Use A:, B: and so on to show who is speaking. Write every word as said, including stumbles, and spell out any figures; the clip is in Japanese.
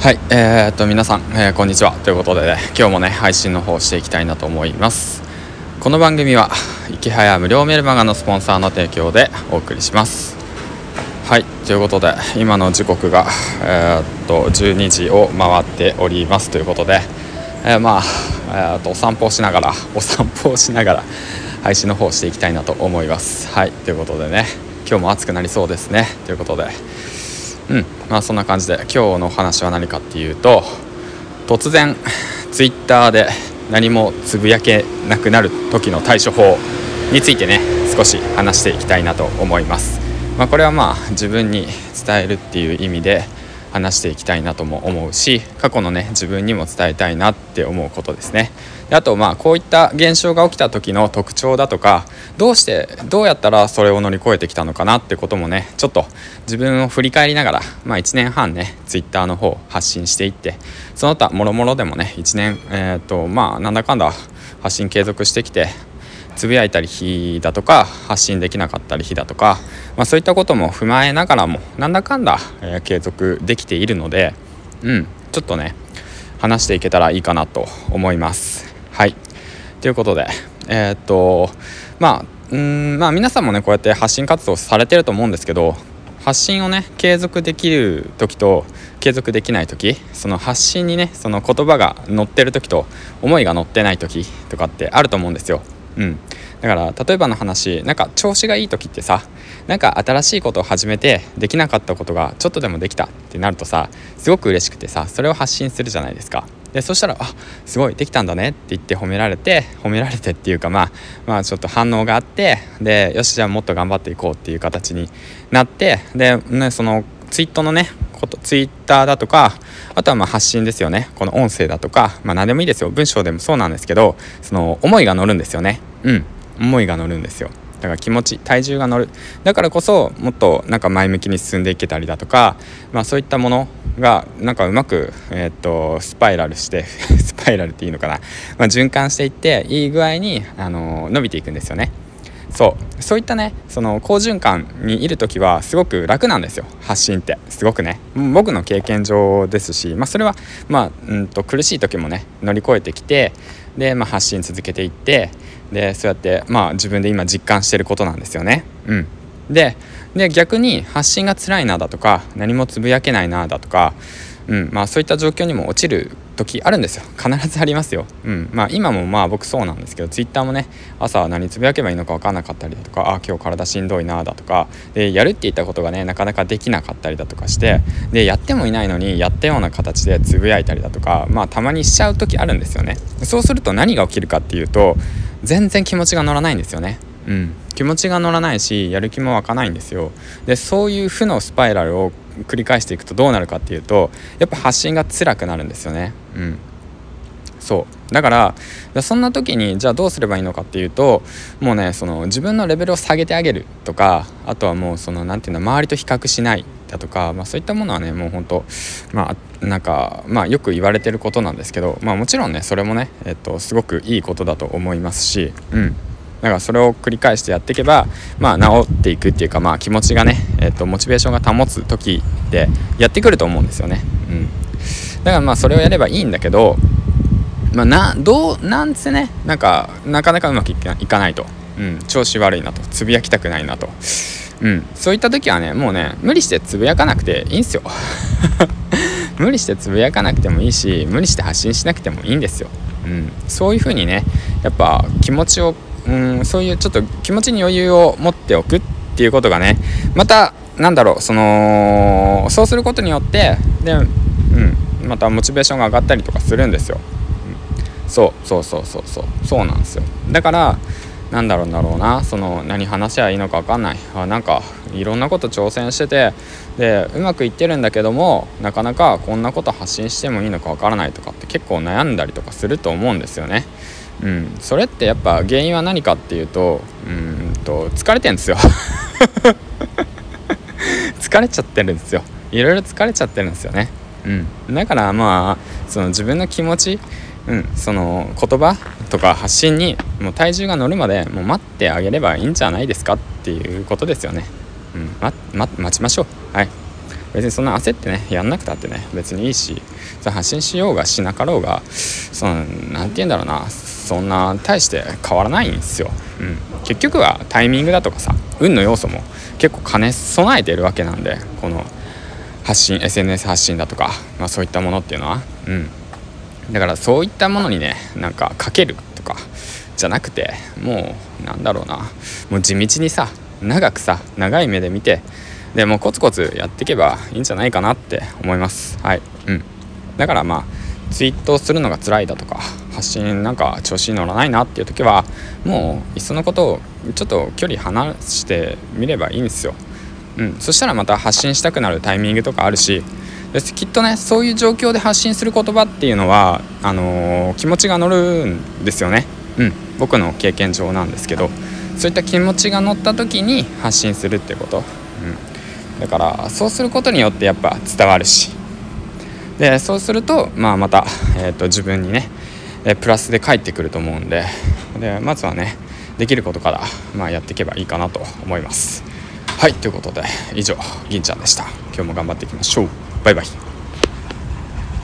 A: はい、えー、っと皆さん、えー、こんにちはということで、ね、今日もね配信の方していきたいなと思います。この番組は池早無料メルマガのスポンサーの提供でお送りします。はい、ということで今の時刻が、えー、っとじゅうにじを回っておりますということで、えー、まあ、えー、っとお散歩をしながらお散歩をしながら配信の方していきたいなと思います。はい、ということでね今日も暑くなりそうですねということでうんまあそんな感じで今日のお話は何かっていうと、突然ツイッターで何もつぶやけなくなる時の対処法についてね少し話していきたいなと思います。まあ、これはまあ自分に伝えるっていう意味で話していきたいなとも思うし、過去のね自分にも伝えたいなって思うことですね。であとまあこういった現象が起きた時の特徴だとか、どうしてどうやったらそれを乗り越えてきたのかなってこともねちょっと自分を振り返りながら、まあ、いちねんはんねツイッターの方発信していって、その他もろもろでもねいちねんえー、っとまあなんだかんだ発信継続してきて、つぶやいたり日だとか発信できなかったり日だとか、まあ、そういったことも踏まえながらもなんだかんだ、えー、継続できているので、うんちょっとね話していけたらいいかなと思います。はい、ということでえー、っとまあうーんまあ皆さんもねこうやって発信活動されてると思うんですけど、発信をね継続できる時と継続できない時、その発信にねその言葉が乗ってる時と思いが乗ってない時とかってあると思うんですよ。うん、だから例えばの話、なんか調子がいい時ってさ、なんか新しいことを始めてできなかったことがちょっとでもできたってなるとさ、すごく嬉しくてさ、それを発信するじゃないですか。でそしたらあすごいできたんだねって言って褒められて褒められてっていうかまあまあちょっと反応があって、でよしじゃあもっと頑張っていこうっていう形になって、で、ね、そのツイートのねことツイッターだとか、あとはまあ発信ですよね。この音声だとかまあ何でもいいですよ。文章でもそうなんですけど、その思いが乗るんですよね。うん思いが乗るんですよ。だから気持ち体重が乗る。だからこそもっとなんか前向きに進んでいけたりだとか、まあそういったものがなんかうまくえー、っとスパイラルしてスパイラルっていいのかな、まあ、循環していっていい具合にあの伸びていくんですよね。そうそういったねその好循環にいるときはすごく楽なんですよ。発信ってすごくね僕の経験上ですし、まあ、それはまあうんと苦しい時もね乗り越えてきて、で、まあ、発信続けていって、でそうやってまあ自分で今実感してることなんですよね。うんでで逆に発信が辛いなだとか何もつぶやけないなだとか、うんまあ、そういった状況にも落ちる時あるんですよ。必ずありますよ。うんまあ、今もまあ僕そうなんですけど、ツイッターもね朝何つぶやけばいいのか分からなかったりだとか、あ今日体しんどいなだとかで、やるって言ったことがねなかなかできなかったりだとかして、でやってもいないのにやったような形でつぶやいたりだとか、まあたまにしちゃう時あるんですよね。そうすると何が起きるかっていうと、全然気持ちが乗らないんですよね。うん気持ちが乗らないしやる気も湧かないんですよ。でそういう負のスパイラルを繰り返していくとどうなるかっていうと、やっぱ発信が辛くなるんですよね。うんそうだからそんな時にじゃあどうすればいいのかっていうと、もうねその自分のレベルを下げてあげるとか、あとはもうそのなんていうの周りと比較しないだとか、まあ、そういったものはねもう本当まあなんかまあよく言われてることなんですけど、まあもちろんねそれもねえっとすごくいいことだと思いますし、うんだからそれを繰り返してやっていけばまあ治っていくっていうか、まあ気持ちがねえっとモチベーションが保つ時でやってくると思うんですよね。うんだからまあそれをやればいいんだけど、まあ、などうなんせねなんかなかなかうまくいかないと、うん、調子悪いなと、つぶやきたくないなと、うん、そういった時はねもうね無理してつぶやかなくていいんすよ無理してつぶやかなくてもいいし、無理して発信しなくてもいいんですよ。うん、そういう風にねやっぱ気持ちを、うん、そういうちょっと気持ちに余裕を持っておくっていうことがね、またなんだろうそのそうすることによってで、うん、またモチベーションが上がったりとかするんですよ。そうそうそうそうそうそうなんですよ。だからなんだろうだろうなその何話しゃいいのか分かんない、あなんかいろんなこと挑戦しててでうまくいってるんだけども、なかなかこんなこと発信してもいいのか分からないとかって結構悩んだりとかすると思うんですよね。うん、それってやっぱ原因は何かっていうとうーんと疲れてるんですよ疲れちゃってるんですよ。いろいろ疲れちゃってるんですよね。うん、だからまあその自分の気持ち、うん、その言葉とか発信にもう体重が乗るまでもう待ってあげればいいんじゃないですかっていうことですよね。うん、ま、ま、待ちましょう。はい。 別にそんな焦ってねやんなくたってね別にいいし、発信しようがしなかろうがそのなんて言うんだろうな、そんな大して変わらないんですよ、うん、結局はタイミングだとかさ運の要素も結構兼ね備えてるわけなんで、この発信 エスエヌエス 発信だとか、まあ、そういったものっていうのは、うん、だからそういったものにねなんかかけるとかじゃなくて、もうなんだろうな、もう地道にさ長くさ長い目で見て、でもうコツコツやっていけばいいんじゃないかなって思います。はい、うん、だからまあツイートするのが辛いだとか発信なんか調子に乗らないなっていう時はもういっそのことをちょっと距離離してみればいいんですよ、うん、そしたらまた発信したくなるタイミングとかあるし、できっとねそういう状況で発信する言葉っていうのはあのー、気持ちが乗るんですよね、うん、僕の経験上なんですけど、そういった気持ちが乗った時に発信するってこと、うん、だからそうすることによってやっぱ伝わるし、でそうすると、まあ、また、えーと、自分にねえプラスで返ってくると思うんで、でまずはねできることから、まあ、やっていけばいいかなと思います。はい、ということで以上銀ちゃんでした。今日も頑張っていきましょう。バイバイ。